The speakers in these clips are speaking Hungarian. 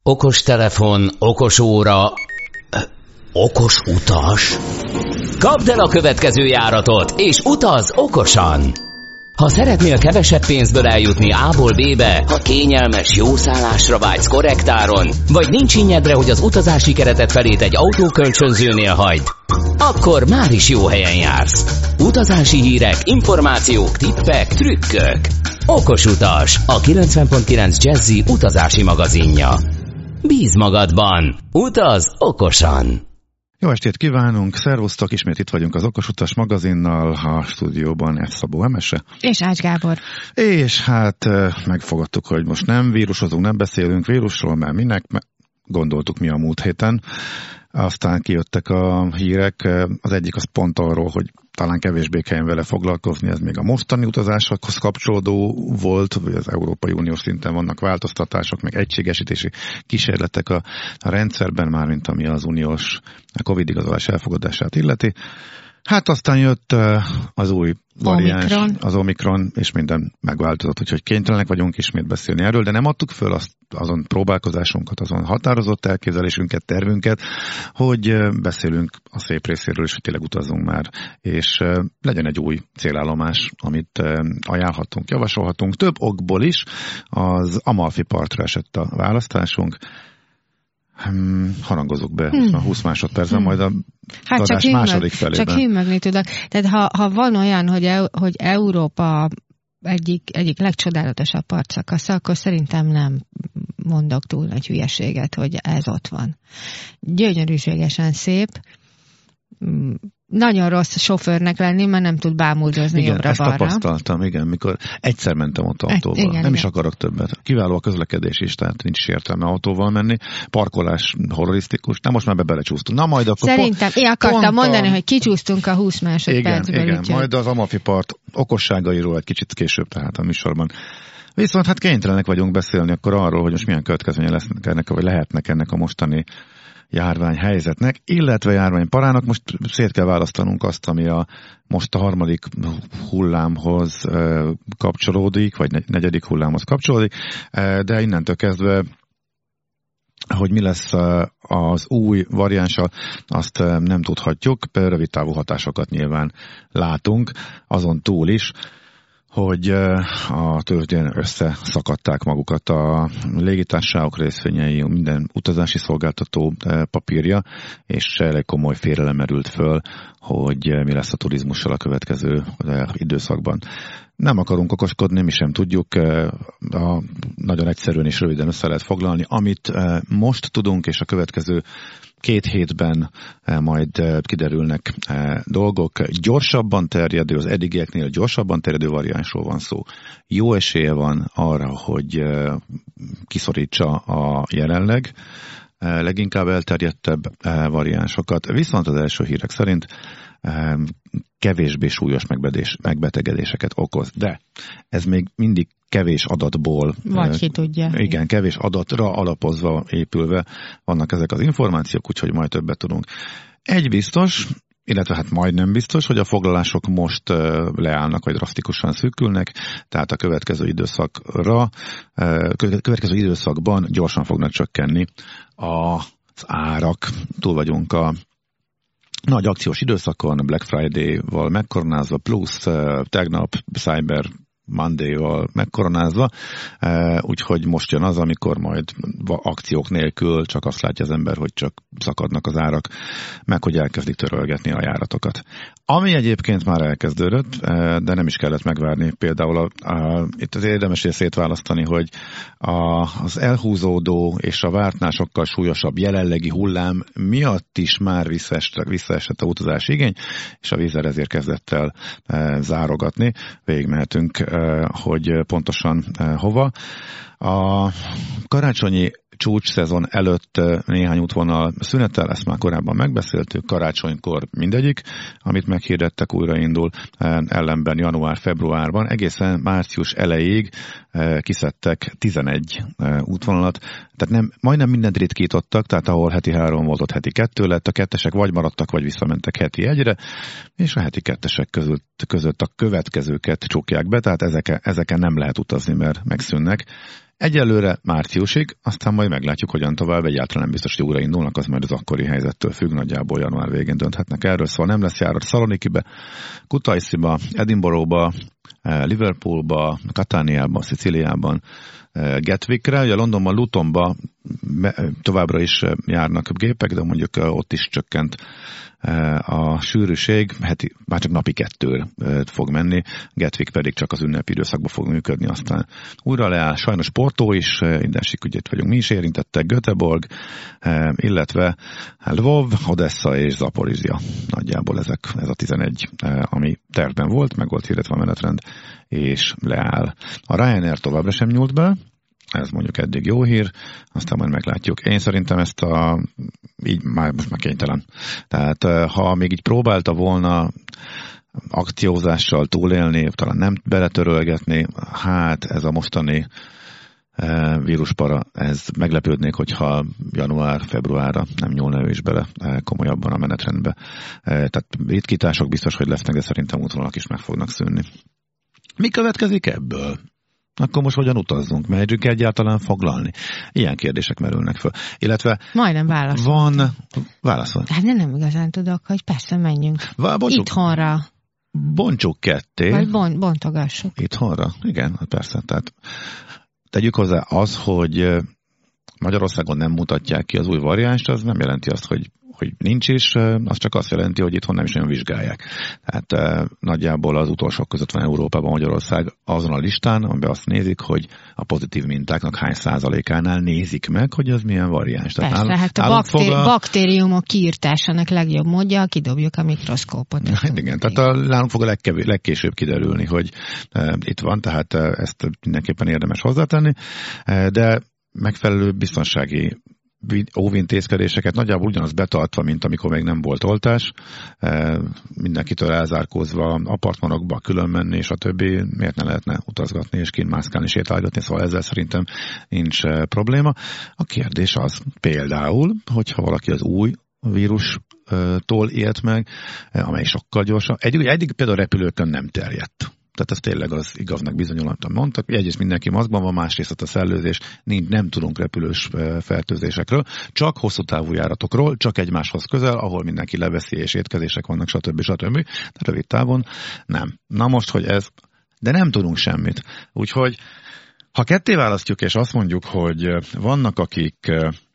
Okos telefon, okos óra, okos utas. Kapd el a következő járatot, és utazz okosan! Ha szeretnél kevesebb pénzből eljutni A-ból B-be, ha kényelmes, jó szállásra vágysz korrektáron, vagy nincs innyedre, hogy az utazási keretet felét egy autókölcsönzőnél hagyd, akkor már is jó helyen jársz. Utazási hírek, információk, tippek, trükkök. Okos utas, a 90.9 Jazzy utazási magazinja. Bíz magadban, utazz okosan! Jó estét kívánunk, szervusztok, ismét itt vagyunk az Okos Utas magazinnal, a stúdióban F. Szabó Emese. És Ács Gábor. És hát megfogadtuk, hogy most nem vírusozunk, nem beszélünk vírusról, mert minek, gondoltuk mi a múlt héten. Aztán kijöttek a hírek, az egyik az pont arról, hogy talán kevésbé kelljen vele foglalkozni, ez még a mostani utazásokhoz kapcsolódó volt, vagy az Európai Uniós szinten vannak változtatások, meg egységesítési kísérletek a rendszerben, mármint ami az uniós Covid-igazolás elfogadását illeti. Hát aztán jött az új variáns, az Omikron, és minden megváltozott, úgyhogy kénytelenek vagyunk ismét beszélni erről, de nem adtuk föl azon próbálkozásunkat, azon határozott elképzelésünket, tervünket, hogy beszélünk a szép részéről is, hogy tényleg utazzunk már, és legyen egy új célállomás, amit ajánlhatunk, javasolhatunk. Több okból is az Amalfi partra esett a választásunk. Harangozzuk be 20 másodpercben, majd a adás második felében. Csak hímögni tudok. Tehát ha van olyan, hogy Európa egyik legcsodálatosabb partszakasza, akkor szerintem nem mondok túl nagy hülyeséget, hogy ez ott van. Gyönyörűségesen szép, nagyon rossz sofőrnek lenni, mert nem tud bámuldozni jobbra-balra. Igen, ezt tapasztaltam, igen, mikor egyszer mentem ott autóval. Nem is akarok többet. Kiváló a közlekedés is, tehát nincs is értelme autóval menni. Parkolás horrorisztikus. Na most már belecsúsztunk. Na majd akkor szerintem, én akartam mondani, hogy kicsúsztunk a 20 másodpercben. Igen, majd az Amalfi part okosságairól egy kicsit később, tehát a műsorban. Viszont hát kénytelenek vagyunk beszélni akkor arról, hogy most milyen következménye lesznek ennek, vagy lehetnek ennek a mostani járványhelyzetnek, illetve járványparának. Most szét kell választanunk azt, ami most a harmadik hullámhoz kapcsolódik, vagy negyedik hullámhoz kapcsolódik, de innentől kezdve, hogy mi lesz az új variánsa, azt nem tudhatjuk, rövid távú hatásokat nyilván látunk, azon túl is, hogy a tőzsdén összeszakadták magukat a légitársaságok részvényei, minden utazási szolgáltató papírja, és elég komoly félelem merült föl, hogy mi lesz a turizmussal a következő időszakban. Nem akarunk okoskodni, mi sem tudjuk, nagyon egyszerűen és röviden össze lehet foglalni, amit most tudunk, és a következő 2 hétben majd kiderülnek dolgok. Gyorsabban terjedő, az eddigieknél gyorsabban terjedő variánsról van szó. Jó esélye van arra, hogy kiszorítsa a jelenleg leginkább elterjedtebb variánsokat. Viszont az első hírek szerint kevésbé súlyos megbetegedéseket okoz. De ez még mindig kevés adatból. Vagy ki tudja. Igen, kevés adatra alapozva épülve vannak ezek az információk, úgyhogy majd többet tudunk. Egy biztos, illetve hát majdnem biztos, hogy a foglalások most leállnak, vagy drasztikusan szűkülnek, tehát a következő időszakban gyorsan fognak csökkenni az árak. Túl vagyunk a nagy akciós időszakon, Black Friday-val megkoronázva, plusz tegnap Cyber Monday-val megkoronázva, úgyhogy most jön az, amikor majd akciók nélkül csak azt látja az ember, hogy csak szakadnak az árak, meg hogy elkezdik törölgetni a járatokat. Ami egyébként már elkezdődött, de nem is kellett megvárni. Például itt az érdemes szétválasztani, hogy az elhúzódó és a vártnál sokkal súlyosabb jelenlegi hullám miatt is már visszaesett a utazási igény, és a Wizz Air ezért kezdett el zárogatni. Végigmehetünk, hogy pontosan hova. A karácsonyi csúcsszezon előtt néhány útvonal szünetel, ezt már korábban megbeszéltük, karácsonykor mindegyik, amit meghirdettek, újraindul, ellenben január-februárban, egészen március elejéig kiszedtek 11 útvonalat, tehát majdnem mindent ritkítottak, tehát ahol heti 3 volt, ott heti 2 lett, a kettesek vagy maradtak, vagy visszamentek heti 1-re, és a heti kettesek között a következőket csukják be, tehát ezeken nem lehet utazni, mert megszűnnek, Egyelőre márciusig, aztán majd meglátjuk, hogyan tovább. Egyáltalán nem biztos, hogy újra indulnak, az majd az akkori helyzettől függ, nagyjából január végén dönthetnek erről, szóval nem lesz járat Szalonikibe, Kutaisiba, Edinburghba, Liverpoolba, Katániában, Szicíliában, Gatwickre, ugye Londonban, Lutonba továbbra is járnak gépek, de mondjuk ott is csökkent a sűrűség, már csak napi 2 fog menni, Gatwick pedig csak az ünnepi időszakban fog működni, aztán újra leáll, sajnos Porto is, indensik ügyét vagyunk mi is érintettek, Göteborg, illetve Lvov, Odessa és Zaporizhia. Nagyjából ez a 11, ami tervben volt, meg volt hirdetve a menetrend, és leáll. A Ryanair továbbra sem nyúlt be, ez mondjuk eddig jó hír, aztán majd meglátjuk. Én szerintem ezt így most már kénytelen. Tehát ha még így próbálta volna akciózással túlélni, talán nem beletörölgetni, hát ez a mostani víruspara, ez meglepődnék, hogyha január-februárra nem nyúlna ő is bele komolyabban a menetrendbe. Tehát ritkítások biztos, hogy lesznek, de szerintem útvonalak is meg fognak szűnni. Mi következik ebből? Akkor most hogyan utazzunk? Megyünk egyáltalán foglalni? Ilyen kérdések merülnek föl. Illetve majdnem válaszol. Hát nem igazán tudok, hogy persze menjünk itthonra. Bontsuk ketté. Vagy bontogassuk. Itthonra? Igen, persze. Tehát tegyük hozzá az, hogy Magyarországon nem mutatják ki az új variánst, az nem jelenti azt, hogy nincs is, az csak azt jelenti, hogy itthon nem is nagyon vizsgálják. Tehát nagyjából az utolsók között van Európában Magyarország azon a listán, amiben azt nézik, hogy a pozitív mintáknak hány százalékánál nézik meg, hogy az milyen variáns. Persze, hát a baktériumok kiírtásának legjobb módja, kidobjuk a mikroszkópot. Igen, tehát nálunk fog a legkésőbb kiderülni, hogy itt van, tehát ezt mindenképpen érdemes hozzátenni, de megfelelő biztonsági óvintézkedéseket nagyjából ugyanaz betartva, mint amikor még nem volt oltás, mindenkitől elzárkózva, apartmanokba külön menni, és a többi, miért ne lehetne utazgatni, és kint mászkálni, sétálgatni, szóval ezzel szerintem nincs probléma. A kérdés az például, hogyha valaki az új vírustól élt meg, amely sokkal gyorsabb. Eddig például repülőkön nem terjedt. Tehát ez tényleg az igaznak bizonyul, amit mondtak. Egyrészt mindenki maszkban van, másrészt a szellőzés, nem tudunk repülős fertőzésekről, csak hosszú távú járatokról, csak egymáshoz közel, ahol mindenki leveszi és étkezések vannak, stb. Tehát rövid távon nem. Na most, hogy ez, de nem tudunk semmit. Úgyhogy, ha ketté választjuk, és azt mondjuk, hogy vannak, akik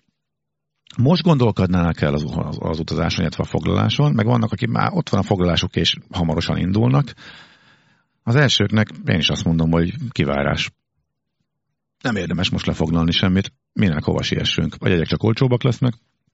most gondolkodnának el az utazáson, illetve a foglaláson, meg vannak, akik már ott van a foglalásuk, és hamarosan indulnak. Az elsőknek én is azt mondom, hogy kivárás. Nem érdemes most lefoglalni semmit, minek hova siessünk. A jegyek csak olcsóbbak lesznek,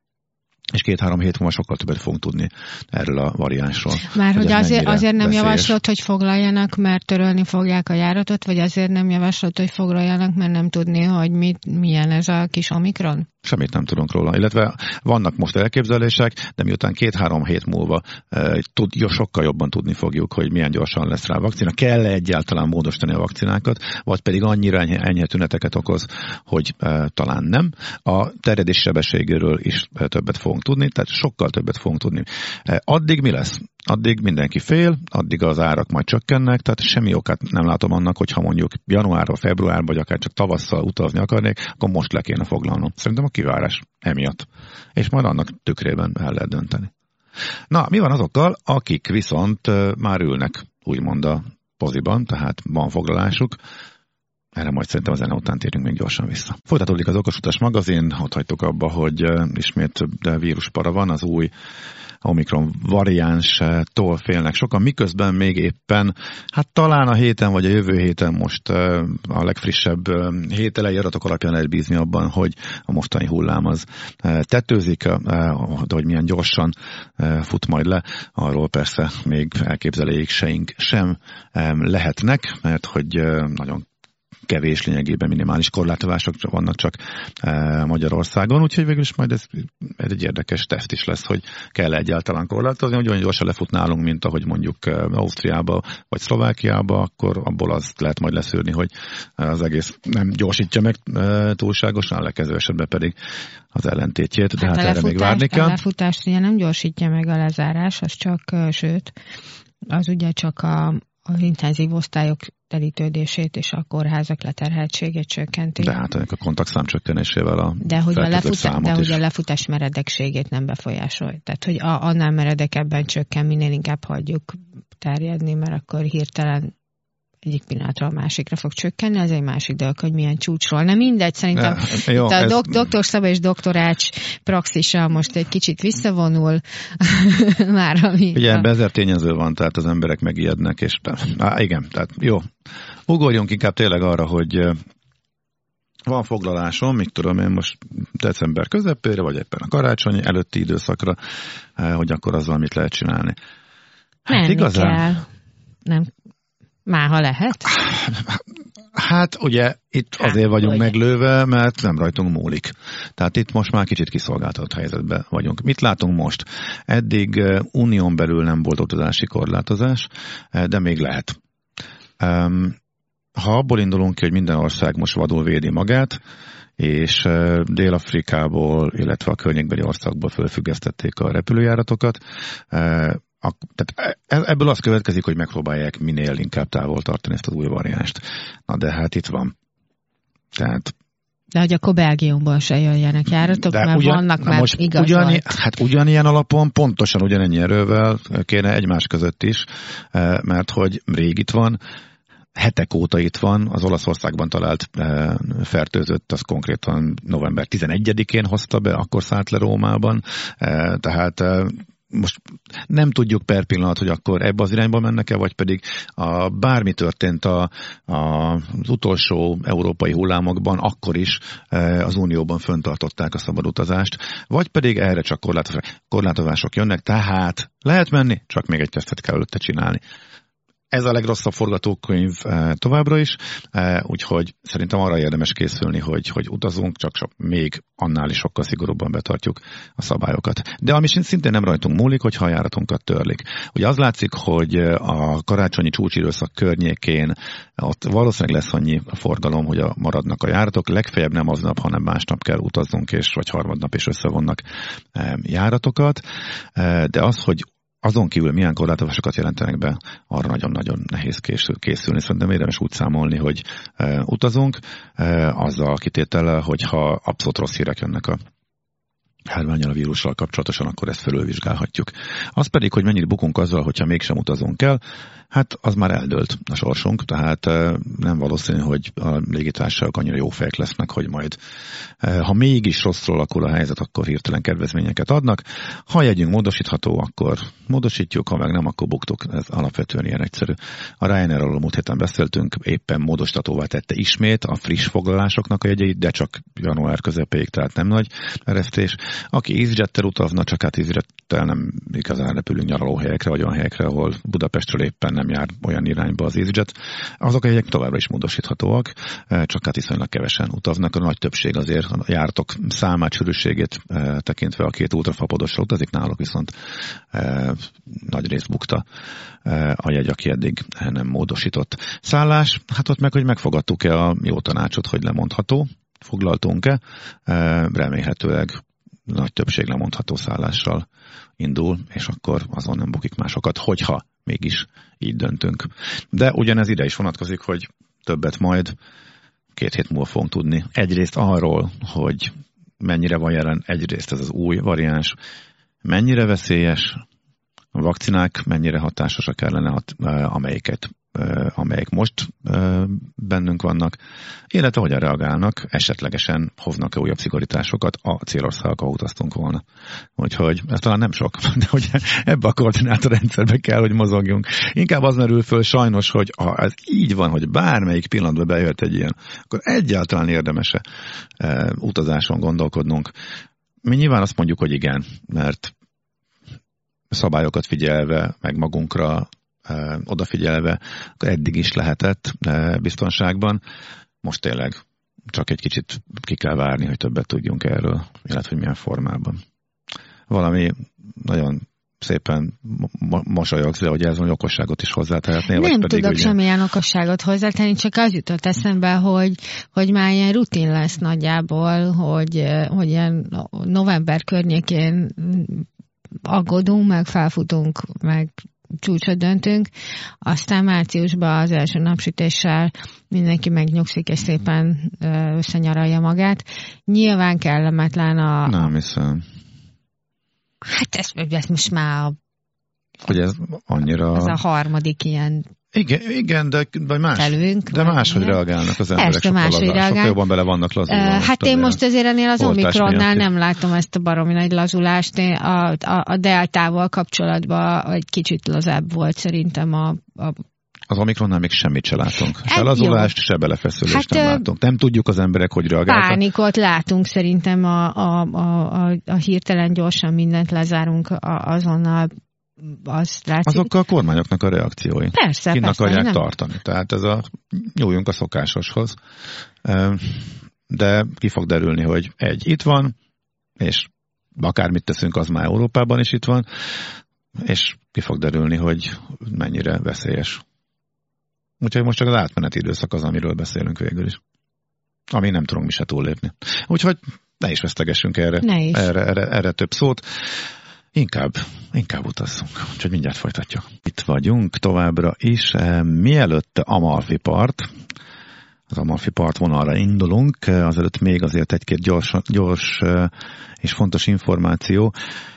és 2-3 hét múlva sokkal többet fogunk tudni erről a variánsról. Már hogy azért nem javaslott, hogy foglaljanak, mert törölni fogják a járatot, vagy azért nem javaslott, hogy foglaljanak, mert nem tudni, hogy milyen ez a kis Omikron? Semmit nem tudunk róla. Illetve vannak most elképzelések, de miután 2-3 hét múlva sokkal jobban tudni fogjuk, hogy milyen gyorsan lesz rá a vakcina. Kell-e egyáltalán módosítani a vakcinákat, vagy pedig annyira enyhe tüneteket okoz, hogy talán nem. A terjedés sebességéről is többet fogunk tudni, tehát sokkal többet fogunk tudni. Addig mi lesz? Addig mindenki fél, addig az árak majd csökkennek, tehát semmi okát nem látom annak, hogyha mondjuk januárban, februárban, vagy akár csak tavasszal utazni akarnék, akkor most le kéne foglalnom. Szerintem a kivárás emiatt. És majd annak tükrében el lehet dönteni. Na, mi van azokkal, akik viszont már ülnek, úgymond a poziban, tehát van foglalásuk. Erre majd szerintem a zene után térünk még gyorsan vissza. Folytatódik az Okos Utas magazin, ott hagytuk abba, hogy ismét víruspara van, az új Omikron variánstól félnek sokan, miközben még éppen, hát talán a héten vagy a jövő héten most a legfrissebb hételei adatok alapján lehet bízni abban, hogy a mostani hullám az tetőzik, de hogy milyen gyorsan fut majd le, arról persze még elképzeléseink sem lehetnek, mert hogy nagyon kevés, lényegében minimális korlátozások vannak csak Magyarországon, úgyhogy végül is majd ez egy érdekes teszt is lesz, hogy kell egyáltalán korlátozni, hogy olyan gyorsan lefut nálunk, mint ahogy mondjuk Ausztriába vagy Szlovákiába, akkor abból azt lehet majd leszűrni, hogy az egész nem gyorsítja meg túlságosan, lekező esetben pedig az ellentétjét, de hát erre még várni kell. A lefutást ugye nem gyorsítja meg a lezárás, az csak, sőt, az ugye csak az intenzív osztályok telítődését és a kórházak leterheltségét csökkenti. De hát a kontaktszám csökkenésével a de hogy a lefutás meredekségét nem befolyásolja. Tehát, hogy annál meredekebben csökken, minél inkább hagyjuk terjedni, mert akkor hirtelen egyik pillanatra a másikra fog csökkenni, ez egy másik dolog, hogy milyen csúcsról. Nem mindegy, szerintem jó, itt a doktor Szaba és doktor Ács praxisa most egy kicsit visszavonul már. Ugye ebben 1000 tényező van, tehát az emberek megijednek, és igen, tehát jó. Ugorjunk inkább tényleg arra, hogy van foglalásom, mit tudom én most december közepére, vagy éppen a karácsony előtti időszakra, hogy akkor azzal mit lehet csinálni. Hát menni igazán kell. Nem. Máha lehet? Hát ugye itt azért vagyunk meglőve, mert nem rajtunk múlik. Tehát itt most már kicsit kiszolgáltatott helyzetben vagyunk. Mit látunk most? Eddig unión belül nem volt utazási korlátozás, de még lehet. Ha abból indulunk ki, hogy minden ország most vadul védi magát, és Dél-Afrikából, illetve a környékbeli országból fölfüggesztették a repülőjáratokat, tehát ebből az következik, hogy megpróbálják minél inkább távol tartani ezt az új variánst. Na de hát itt van. Tehát de hogy akkor Belgiumból se jöjjenek járatok, mert vannak már hát ugyanilyen alapon, pontosan ugyanennyi erővel kéne egymás között is, mert hogy rég itt van, hetek óta itt van, az Olaszországban talált fertőzött, az konkrétan november 11-én hozta be, akkor szállt le Rómában, tehát most nem tudjuk per pillanat, hogy akkor ebbe az irányba mennek-e, vagy pedig bármi történt az utolsó európai hullámokban, akkor is az Unióban fenntartották a szabad utazást, vagy pedig erre csak korlátozások jönnek, tehát lehet menni, csak még egy tesztet kell előtte csinálni. Ez a legrosszabb forgatókönyv továbbra is, úgyhogy szerintem arra érdemes készülni, hogy utazunk, csak még annál is sokkal szigorúbban betartjuk a szabályokat. De ami szintén nem rajtunk múlik, hogyha a járatunkat törlik. Ugye az látszik, hogy a karácsonyi csúcsidőszak környékén ott valószínűleg lesz annyi forgalom, hogy maradnak a járatok, legfeljebb nem aznap, hanem másnap kell utaznunk, vagy harmadnap is összevonnak járatokat, de az, hogy azon kívül milyen korlátozásokat jelentenek be, arra nagyon-nagyon nehéz készülni. Szerintem érdemes úgy számolni, hogy utazunk, azzal a kitétellel, hogyha abszolút rossz hírek jönnek a járvánnyal, a vírussal kapcsolatosan, akkor ezt felülvizsgálhatjuk. Az pedig, hogy mennyit bukunk azzal, hogyha mégsem utazunk el, hát az már eldőlt a sorsunk, tehát nem valószínű, hogy a légitársaságok annyira jó fejek lesznek, hogy majd ha mégis rosszul alakul a helyzet, akkor hirtelen kedvezményeket adnak. Ha jegyünk módosítható, akkor módosítjuk, ha meg nem, akkor buktuk. Ez alapvetően ilyen egyszerű. A Ryanairról a múlt héten beszéltünk, éppen módosítatóvá tette ismét a friss foglalásoknak a jegyeit, de csak január közepéig, tehát nem nagy eresztés. Aki EasyJettel utazna, csak hát EasyJettel nem igazán repülünk nyaralóhelyekre, vagy olyan helyekre, ahol Budapestről éppen nem jár olyan irányba az EasyJet. Azok a jegyek továbbra is módosíthatóak, csak hát viszonylag kevesen utaznak. A nagy többség azért a járatok számát, sűrűségét tekintve a két ultrafapodosra utazik, náluk viszont nagy rész bukta a jegy, aki eddig nem módosított. Szállás, hát ott meg, hogy megfogadtuk-e a jó tanácsot, hogy lemondható, foglaltunk-e, remélhetőleg nagy többség lemondható szállással indul, és akkor azon nem bukik másokat, hogyha mégis így döntünk. De ugyanez ide is vonatkozik, hogy többet majd 2 hét múlva fogunk tudni. Egyrészt arról, hogy mennyire van jelen, egyrészt ez az új variáns, mennyire veszélyes, a vakcinák mennyire hatásosak ellene, amelyek most bennünk vannak, illetve hogyan reagálnak, esetlegesen hoznak-e újabb szigorításokat a célországok, ahol utaztunk volna. Úgyhogy ez talán nem sok, de hogy ebbe a koordinátorrendszerbe kell, hogy mozogjunk. Inkább az merül föl sajnos, hogy ha ez így van, hogy bármelyik pillanatban bejöhet egy ilyen, akkor egyáltalán érdemes-e utazáson gondolkodnunk. Mi nyilván azt mondjuk, hogy igen, mert szabályokat figyelve, meg magunkra odafigyelve, eddig is lehetett biztonságban. Most tényleg csak egy kicsit ki kell várni, hogy többet tudjunk erről, illetve hogy milyen formában. Valami nagyon szépen mosolyogsz, de hogy ez van, okosságot is hozzátehetnél? Nem tudok ugye semmilyen okosságot hozzátenni, csak az jutott eszembe, hogy már ilyen rutin lesz nagyjából, hogy ilyen november környékén aggódunk, meg felfutunk, meg csúcsot döntünk, aztán márciusban az első napsütéssel mindenki megnyugszik, és szépen összenyaralja magát. Nyilván kellemetlen Nem hiszem. Hát ez most már hogy ez annyira... Ez a harmadik ilyen Igen, de máshogy reagálnak az emberek, sokkal jobban bele vannak lazulva. Hát én most azért ennél az Omikronnál nem látom ezt a baromi nagy lazulást. A deltával kapcsolatban egy kicsit lazább volt szerintem az Omikronnál még semmit se látunk. Se lazulást, se belefeszülést nem látunk. Nem tudjuk az emberek, hogy reagáltak. Pánikot látunk szerintem a hirtelen gyorsan mindent lezárunk azonnal. Azok a kormányoknak a reakciói. Persze, Kint akarják tartani. Tehát nyúljunk a szokásoshoz. De ki fog derülni, hogy itt van, és akármit teszünk, az már Európában is itt van, és ki fog derülni, hogy mennyire veszélyes. Úgyhogy most csak az átmeneti időszak az, amiről beszélünk végül is. Ami nem tudunk mi se túllépni. Úgyhogy ne is vesztegessünk erre több szót. Inkább utazzunk. Úgyhogy mindjárt folytatjuk. Itt vagyunk továbbra is. Mielőtt Amalfi part, az Amalfi partvonalra indulunk, azelőtt még azért egy-két gyors és fontos információ.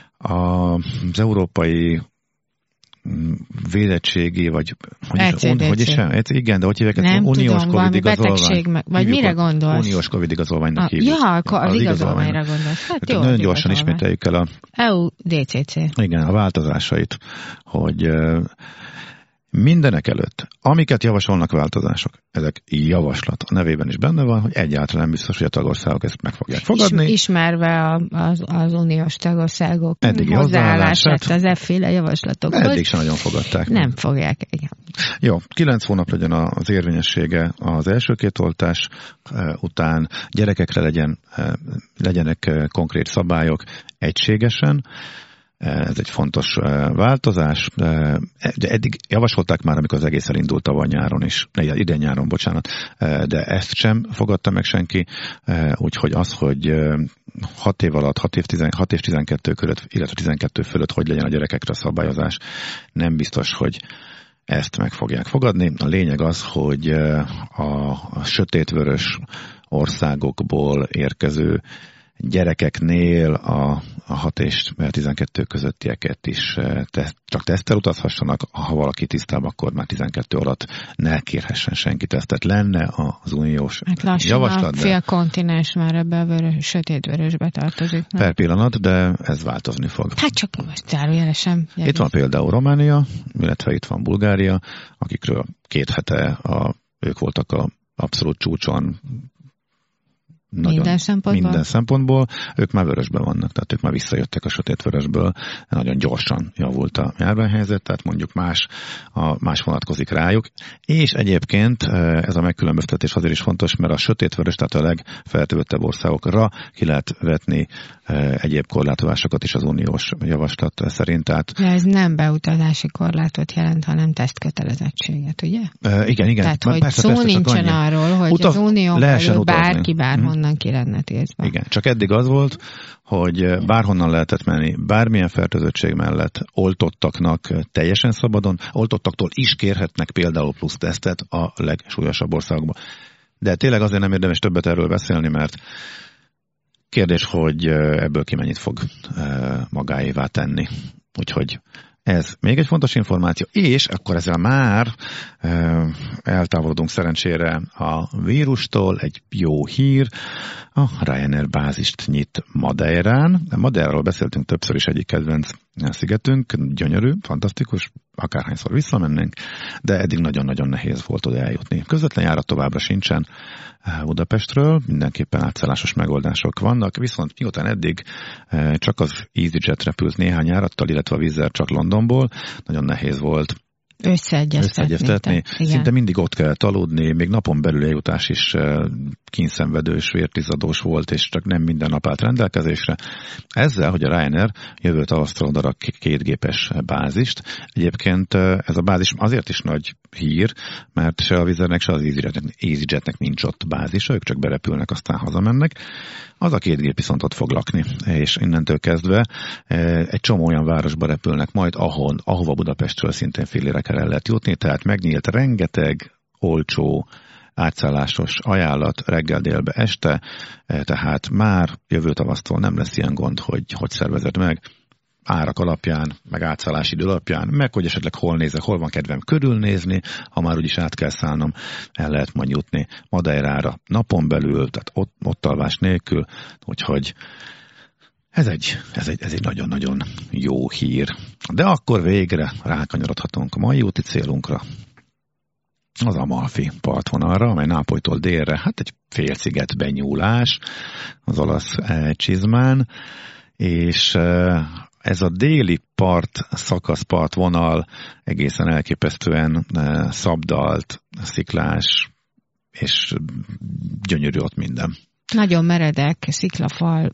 Az európai védettségi, vagy igen, de hogy hívják ezt? Uniós Covid igazolvány. Vagy mire gondolsz? Uniós Covid igazolványnak hívjuk. Az igazolványra gondolsz. Hát jó, nagyon gyorsan ismételjük el EU-DCC. Igen, a változásait, hogy mindenek előtt, amiket javasolnak változások, ezek javaslat. A nevében is benne van, hogy egyáltalán nem biztos, hogy a tagországok ezt meg fogják fogadni. Ismerve az uniós tagországok hozzáállását az efféle javaslatokhoz. Eddig sem nagyon fogadták. Nem fogják, igen. Jó, 9 hónap legyen az érvényessége az első 2 oltás után, gyerekekre legyenek konkrét szabályok egységesen. Ez egy fontos változás. De eddig javasolták már, amikor az egész elindult tavaly nyáron is, idén nyáron, bocsánat, de ezt sem fogadta meg senki, úgyhogy az, hogy 6 év alatt, 6 és 12 között, illetve 12 fölött hogy legyen a gyerekekre a szabályozás, nem biztos, hogy ezt meg fogják fogadni. A lényeg az, hogy a sötétvörös országokból érkező gyerekeknél a 6 és 12 közöttieket is csak teszttel utazhassanak, ha valaki tisztább, akkor már 12 alatt ne kérhessen senki tesztet. Lenne az uniós javaslat. A fél kontinens már ebbe a sötétvörösbe tartozik. Nem? Per pillanat, de ez változni fog. Hát csak most zárójelesen. Itt van például Románia, illetve itt van Bulgária, akikről 2 hete ők voltak a abszolút csúcson, minden szempontból. Ők már vörösben vannak, tehát ők már visszajöttek a sötétvörösből, nagyon gyorsan javult a járványhelyzet, tehát mondjuk más vonatkozik rájuk. És egyébként ez a megkülönböztetés azért is fontos, mert a sötétvörös, tehát a legfertőzöttebb országokra ki lehet vetni egyéb korlátozásokat is az uniós javaslat szerint. Tehát... De ez nem beutazási korlátot jelent, hanem tesztkötelezettséget, ugye? Igen. Tehát, hogy szó nincsen arról, hogy az unión belül bárki bárhonnan ki lenne tézve. Igen, csak eddig az volt, hogy bárhonnan lehetett menni, bármilyen fertőzöttség mellett oltottaknak teljesen szabadon, oltottaktól is kérhetnek például plusz tesztet a legsúlyosabb országokban. De tényleg azért nem érdemes többet erről beszélni, mert kérdés, hogy ebből ki mennyit fog magáévá tenni. Úgyhogy ez még egy fontos információ, és akkor ezzel már eltávolodunk szerencsére a vírustól. Egy jó hír, a Ryanair bázist nyit Madeirán. Madeiráról beszéltünk többször is, egyik kedvenc szigetünk, gyönyörű, fantasztikus, akárhányszor visszamennénk, de eddig nagyon-nagyon nehéz volt oda eljutni. Közvetlen járat továbbra sincsen Budapestről, mindenképpen átszállásos megoldások vannak, viszont miután eddig csak az EasyJet repült néhány járattal, illetve a Wizz Air csak Londonból, nagyon nehéz volt összeegyeztetni. Szinte mindig ott kellett aludni, még napon belül eljutás is kínszenvedős, vértizadós volt, és csak nem minden nap állt rendelkezésre. Ezzel, hogy a Ryanair jövő tavasztól darak 2 gépes bázist. Egyébként ez a bázis azért is nagy hír, mert se a Wizzairnek, se az EasyJetnek nincs ott bázisa, ők csak berepülnek, aztán hazamennek. Az a két gép viszont ott fog lakni, és innentől kezdve egy csomó olyan városba repülnek majd, ahova Budapestről szintén fillérekkel el lehet jutni, tehát megnyílt rengeteg olcsó átszállásos ajánlat reggel, délbe, este, tehát már jövő tavasztól nem lesz ilyen gond, hogy szervezed meg, árak alapján, meg átszállási idő alapján, meg hogy esetleg hol nézek, hol van kedvem körülnézni, ha már úgyis át kell szállnom, el lehet majd jutni Madeirára napon belül, tehát ott alvás nélkül, úgyhogy ez egy nagyon-nagyon jó hír. De akkor végre rákanyarodhatunk a mai úti célunkra, az Amalfi partvonalra, amely Nápolytól délre, hát egy félsziget benyúlás az olasz csizmán, és ez a déli partvonal egészen elképesztően szabdalt, sziklás, és gyönyörű ott minden. Nagyon meredek sziklafalban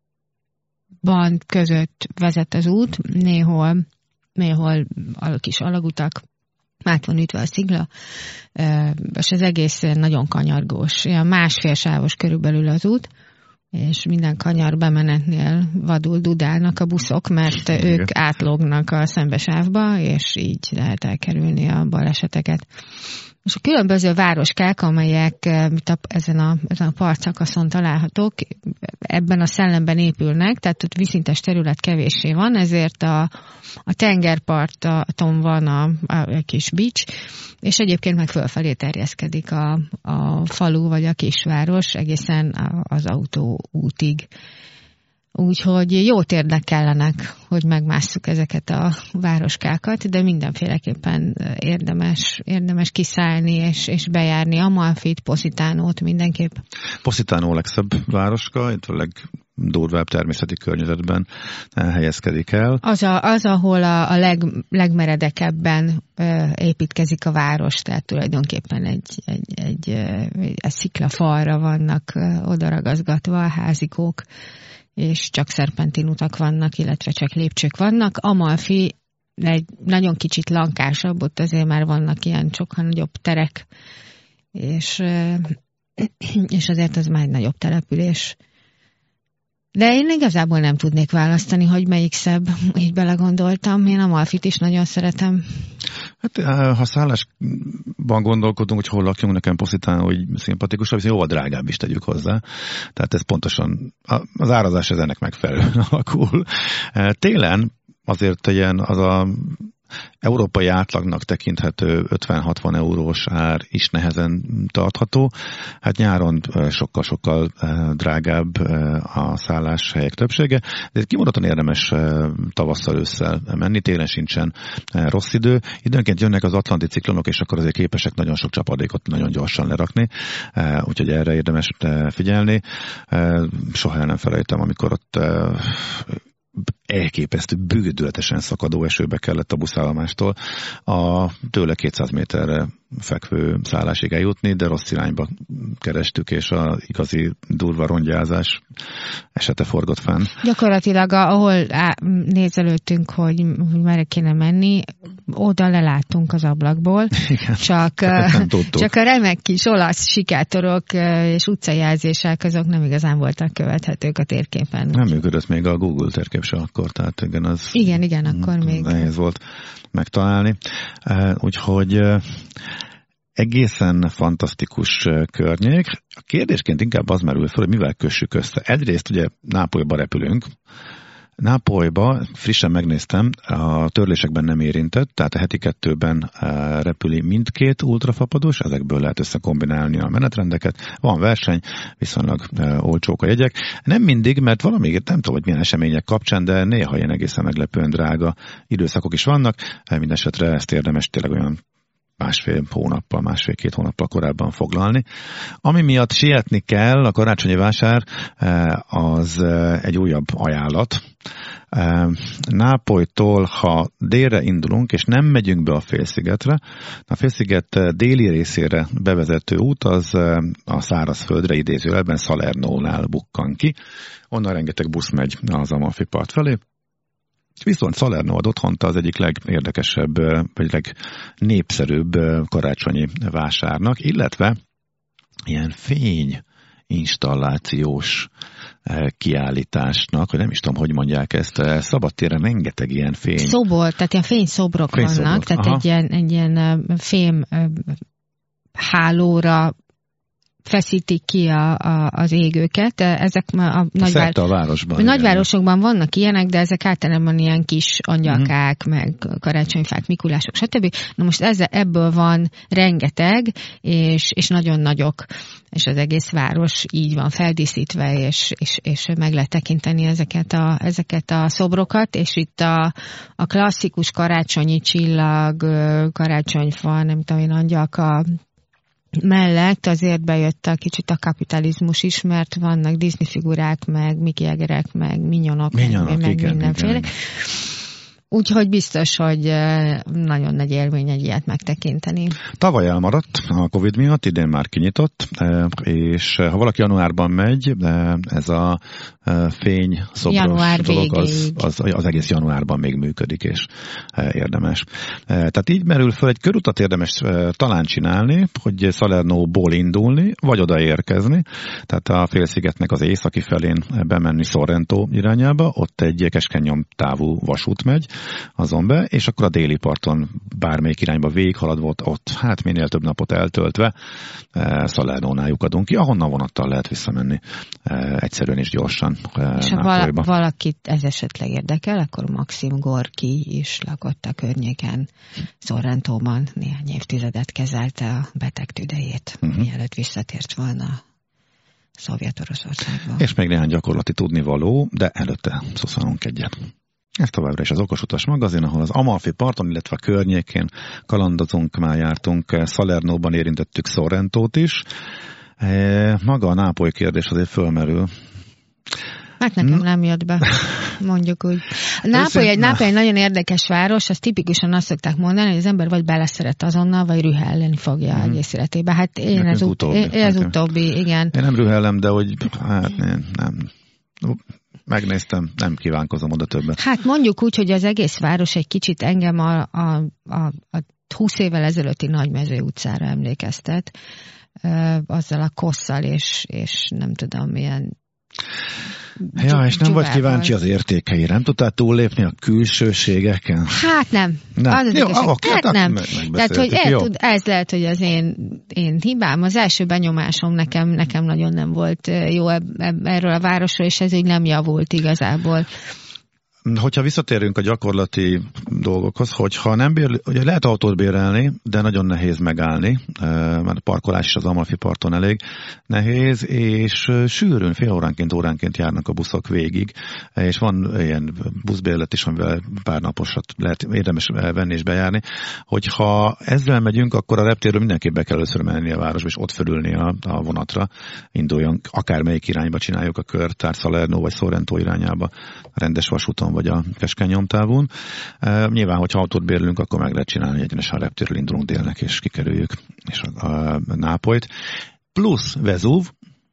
között vezet az út, néhol kis alagutak, át van ütve a szikla, és az egész nagyon kanyargós. Ilyen másfél sávos körülbelül az út, és minden kanyar bemenetnél vadul dudálnak a buszok, mert ők átlógnak a szembesávba, és így lehet elkerülni a baleseteket. És a különböző városkák, amelyek ezen a partszakaszon találhatók, ebben a szellemben épülnek, tehát ott vízszintes terület kevéssé van, ezért a tengerparton van a kis beach, és egyébként meg fölfelé terjeszkedik a falu vagy a kisváros egészen az autóútig. Úgyhogy jó térdek kellenek, hogy megmásszuk ezeket a városkákat, de mindenféleképpen érdemes kiszállni és bejárni Amalfit, Positánót mindenképp. Positánó legszebb városka, itt a legdurvább természeti környezetben helyezkedik el. Az ahol a legmeredekebben építkezik a város, tehát tulajdonképpen egy sziklafalra vannak odaragazgatva a házikók, és csak szerpentinutak vannak, illetve csak lépcsők vannak. Amalfi egy nagyon kicsit lankásabb, ott azért már vannak ilyen sokkal nagyobb terek, és azért ez már egy nagyobb település. De én igazából nem tudnék választani, hogy melyik szebb, így belegondoltam. Én Amalfit is nagyon szeretem. Hát ha szállásban gondolkodunk, hogy hol lakjunk, nekem Positánó így szimpatikusabb, viszont jóval drágább is tegyük hozzá. Tehát ez pontosan, az árazás ez ennek megfelelően alakul. Télen azért ilyen az a európai átlagnak tekinthető 50-60 eurós ár is nehezen tartható. Hát nyáron sokkal-sokkal drágább a szálláshelyek többsége, de kimondottan érdemes tavasszal ősszel menni, télen sincsen rossz idő. Időnként jönnek az atlanti ciklonok, és akkor azért képesek nagyon sok csapadékot nagyon gyorsan lerakni, úgyhogy erre érdemes figyelni. Soha el nem felejtem, amikor ott elképesztő, bődületesen szakadó esőbe kellett a buszállomástól tőle 200 méterre fekvő szállásig eljutni, de rossz irányba kerestük, és az igazi durva rongyázás esete forgott fenn. Gyakorlatilag, ahol nézelődtünk, hogy merre kéne menni, oda leláttunk az ablakból. Igen, csak a remek kis olasz sikátorok és utcajelzések, azok nem igazán voltak követhetők a térképen. Nem működött még a Google térkép se akkor, tehát igen, az igen, akkor még nehéz volt megtalálni. Úgyhogy egészen fantasztikus környék. A kérdésként inkább az merül fel, hogy mivel kössük össze. Egyrészt ugye Nápolyba repülünk. Nápolyba, frissen megnéztem, a törlésekben nem érintett, tehát a heti 2-ben repüli mindkét ultrafapados, ezekből lehet összekombinálni a menetrendeket. Van verseny, viszonylag olcsók a jegyek. Nem mindig, mert valami, nem tudom, hogy milyen események kapcsán, de néha ilyen egészen meglepően drága időszakok is vannak. Mindenesetre ezt érdemes tényleg olyan másfél-két hónappal korábban foglalni. Ami miatt sietni kell, a karácsonyi vásár az egy újabb ajánlat. Nápolytól, ha délre indulunk, és nem megyünk be a félszigetre, a félsziget déli részére bevezető út az a szárazföldre idézőjelben Salernónál bukkan ki. Onnan rengeteg busz megy az Amalfi part felé, Viszont Salerno ad otthont az egyik legérdekesebb, vagy legnépszerűbb karácsonyi vásárnak, illetve ilyen fény installációs kiállításnak, hogy nem is tudom, hogy mondják ezt, szabadtéren rengeteg ilyen fény. Szobor, tehát ilyen fényszobrok vannak, tehát egy ilyen fém hálóra feszítik ki az égőket. Ezek a nagyvárosokban vannak ilyenek, de ezek általában ilyen kis angyalkák, meg karácsonyfák, mikulások, stb. Na most ebből van rengeteg, és nagyon nagyok, és az egész város így van feldíszítve, és meg lehet tekinteni ezeket a szobrokat, és itt a klasszikus karácsonyi csillag, karácsonyfa, nem tudom én, angyalka mellett azért bejött kicsit a kapitalizmus is, mert vannak Disney figurák, meg Mickey Jaggerek, meg Minyonok, meg mindenféle. Igen. Úgyhogy biztos, hogy nagyon nagy élmény egy ilyet megtekinteni. Tavaly elmaradt a Covid miatt, idén már kinyitott, és ha valaki januárban megy, ez a fényszobros dolog, az egész januárban még működik, és érdemes. Tehát így merül föl, egy körutat érdemes talán csinálni, hogy Salernóból indulni, vagy odaérkezni, tehát a félszigetnek az északi felén bemenni Sorrento irányába, ott egy keskeny nyomtávú vasút megy azon be, és akkor a déli parton bármelyik irányba végighaladva ott hát minél több napot eltöltve Salernónál lyukadunk ki, ahonnan vonattal lehet visszamenni egyszerűen és gyorsan. És ha valakit ez esetleg érdekel, akkor Maxim Gorki is lakott a környéken, Sorrentóban néhány évtizedet kezelte a beteg tüdejét, mielőtt visszatért volna Szovjet-Oroszországba. És még néhány gyakorlati tudnivaló, de előtte szoszolunk egyet. Ez továbbra is az Okosutas magazin, ahol az Amalfi parton, illetve a környékén kalandozunk, már jártunk, Salernóban érintettük Sorrentót is. Maga a Nápoly kérdés azért fölmerül. Hát nekem nem jött be, mondjuk úgy. Nápoly egy nagyon érdekes város, az tipikusan azt szokták mondani, hogy az ember vagy beleszeret azonnal, vagy rühelleni fogja egész életébe. Hát én ez utóbbi, igen. Én nem rühellem, de hogy hát nem. Megnéztem, nem kívánkozom oda többet. Hát mondjuk úgy, hogy az egész város egy kicsit engem a 20 évvel ezelőtti Nagymező utcára emlékeztet, azzal a kosszal, és nem tudom, milyen ja, és nem vagy kíváncsi az értékeire? Nem tudtál túllépni a külsőségeken? Hát nem. Nem. Tehát, hogy ez lehet, hogy az én hibám. Az első benyomásom nekem nagyon nem volt jó erről a városról, és ez így nem javult igazából. Hogyha visszatérünk a gyakorlati dolgokhoz, hogyha nem ugye lehet autót bérelni, de nagyon nehéz megállni, mert a parkolás is az Amalfi parton elég nehéz, és sűrűn, fél óránként járnak a buszok végig, és van ilyen buszbérlet is, amivel pár naposat lehet érdemes venni és bejárni. Hogyha ezzel megyünk, akkor a reptérről mindenképp be kell először menni a városba, és ott fölülni a vonatra, induljon, akármelyik irányba csináljuk a kört, tehát Salerno vagy Sorrento irányába, a rendes vasúton vagy a keskeny nyomtávon. Nyilván, hogyha autót bérlünk, akkor meg lehet csinálni, egyenesen a reptérről indulunk délnek, és kikerüljük és a Nápolyt. Plusz Vezúv,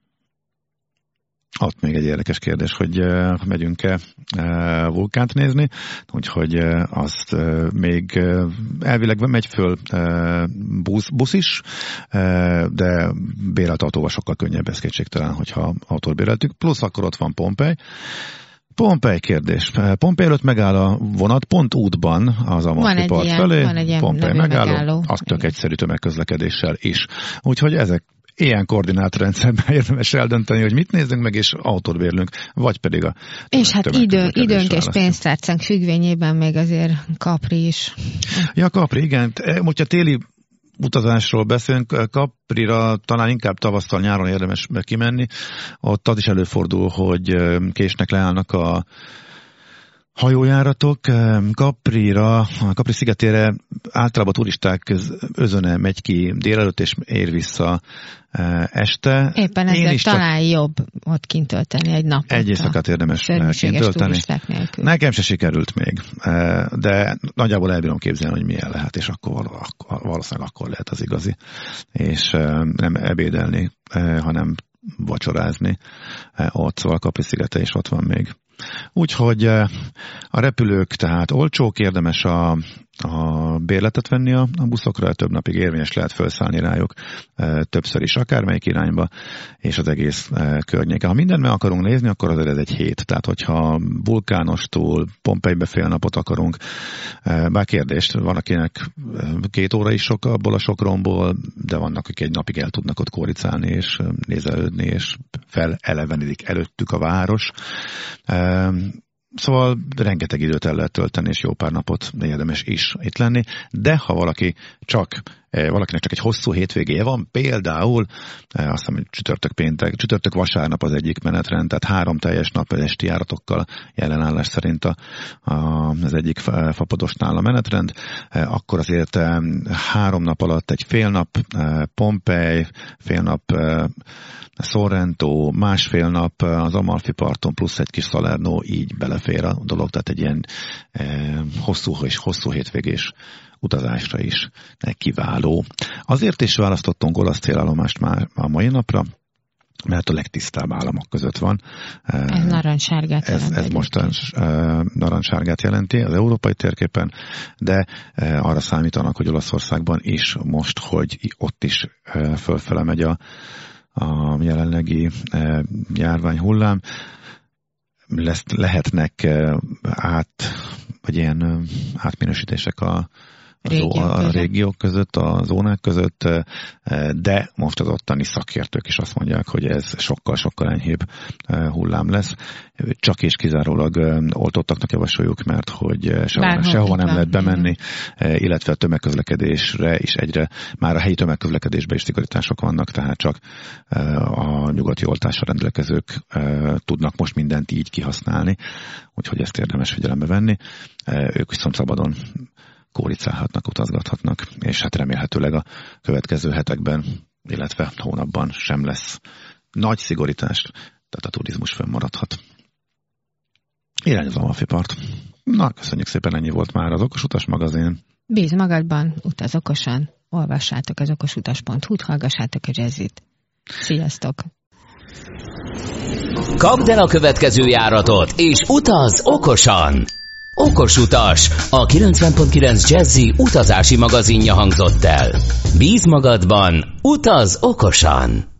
ott még egy érdekes kérdés, hogy megyünk-e vulkánt nézni, úgyhogy azt még elvileg megy föl busz is, de bérelt autóval sokkal könnyebb, ez kétségtelen, hogyha autót béreltük. Plusz akkor ott van Pompei kérdés. Pompei előtt megáll a vonat, pont útban az Amalfi part felé. Pompei megálló, az tök egyszerű tömegközlekedéssel is. Úgyhogy ezek ilyen koordinátorrendszerben érdemes eldönteni, hogy mit nézzünk meg, és autót bérlünk, vagy pedig a és hát időnk és pénztárcánk függvényében még azért Capri is. Ja, Capri, igen. Most a téli utazásról beszélünk, Caprira talán inkább tavasztal, nyáron érdemes kimenni. Ott az is előfordul, hogy késnek, leállnak a hajójáratok. Capri szigetére általában turisták özöne megy ki délelőtt, és ér vissza este. Éppen ezért talán jobb ott kint tölteni egy napot. Egy éjszakát érdemes kint tölteni. Nekem se sikerült még, de nagyjából elbírom képzelni, hogy milyen lehet, és akkor valószínűleg akkor lehet az igazi. És nem ebédelni, hanem vacsorázni ott, szóval Capri szigete is ott van még Úgyhogy a repülők tehát olcsók, érdemes a bérletet venni a buszokra, több napig érvényes, lehet felszállni rájuk többször is, akármelyik irányba, és az egész környéken. Ha mindent meg akarunk nézni, akkor azért ez egy hét. Tehát, hogyha vulkánostól Pompeibe fél napot akarunk, bár kérdést, van akinek 2 óra is sok abból a sok romból, de vannak, akik egy napig el tudnak ott kóricálni, és nézelődni, és felelevenedik előttük a város. Szóval rengeteg időt el lehet tölteni, és jó pár napot érdemes is itt lenni, de ha valakinek csak egy hosszú hétvégéje van, például azt hiszem, hogy csütörtök vasárnap az egyik menetrend, tehát 3 teljes nap esti járatokkal jelenállás szerint az egyik fapadosnál a menetrend, akkor azért 3 nap alatt egy fél nap Pompei, fél nap Sorrento, másfél nap az Amalfi parton, plusz egy kis Salerno, így belefér a dolog, tehát egy ilyen hosszú hétvégés utazásra is kiváló. Azért is választottunk olasz célállomást már a mai napra, mert a legtisztább államok között van. Ez narancssárgát jelenti. Ez most narancssárgát jelenti az európai térképen, de arra számítanak, hogy Olaszországban is most, hogy ott is fölfele megy a jelenlegi járványhullám, lehetnek vagy ilyen átminősítések a régiók között, a zónák között, de most az ottani szakértők is azt mondják, hogy ez sokkal-sokkal enyhébb hullám lesz. Csak és kizárólag oltottaknak javasoljuk, mert hogy sehova nem lehet bemenni, illetve a tömegközlekedésre is már a helyi tömegközlekedésben is szigorítások vannak, tehát csak a nyugati oltással rendelkezők tudnak most mindent így kihasználni, úgyhogy ezt érdemes figyelembe venni. Ők viszont szabadon kóricálhatnak, utazgathatnak, és hát remélhetőleg a következő hetekben, illetve hónapban sem lesz nagy szigorítás, tehát a turizmus fönnmaradhat. Irány az Amalfi part. Na, köszönjük szépen, ennyi volt már az Okos Utas magazin. Bíz magadban, utaz okosan, olvassátok az okosutas.hu-t, hallgassátok a Jazzit. Sziasztok! Kapd el a következő járatot, és utaz okosan! Okos utas, a 90.9 Jazzy utazási magazinja hangzott el. Bíz magadban, utaz okosan!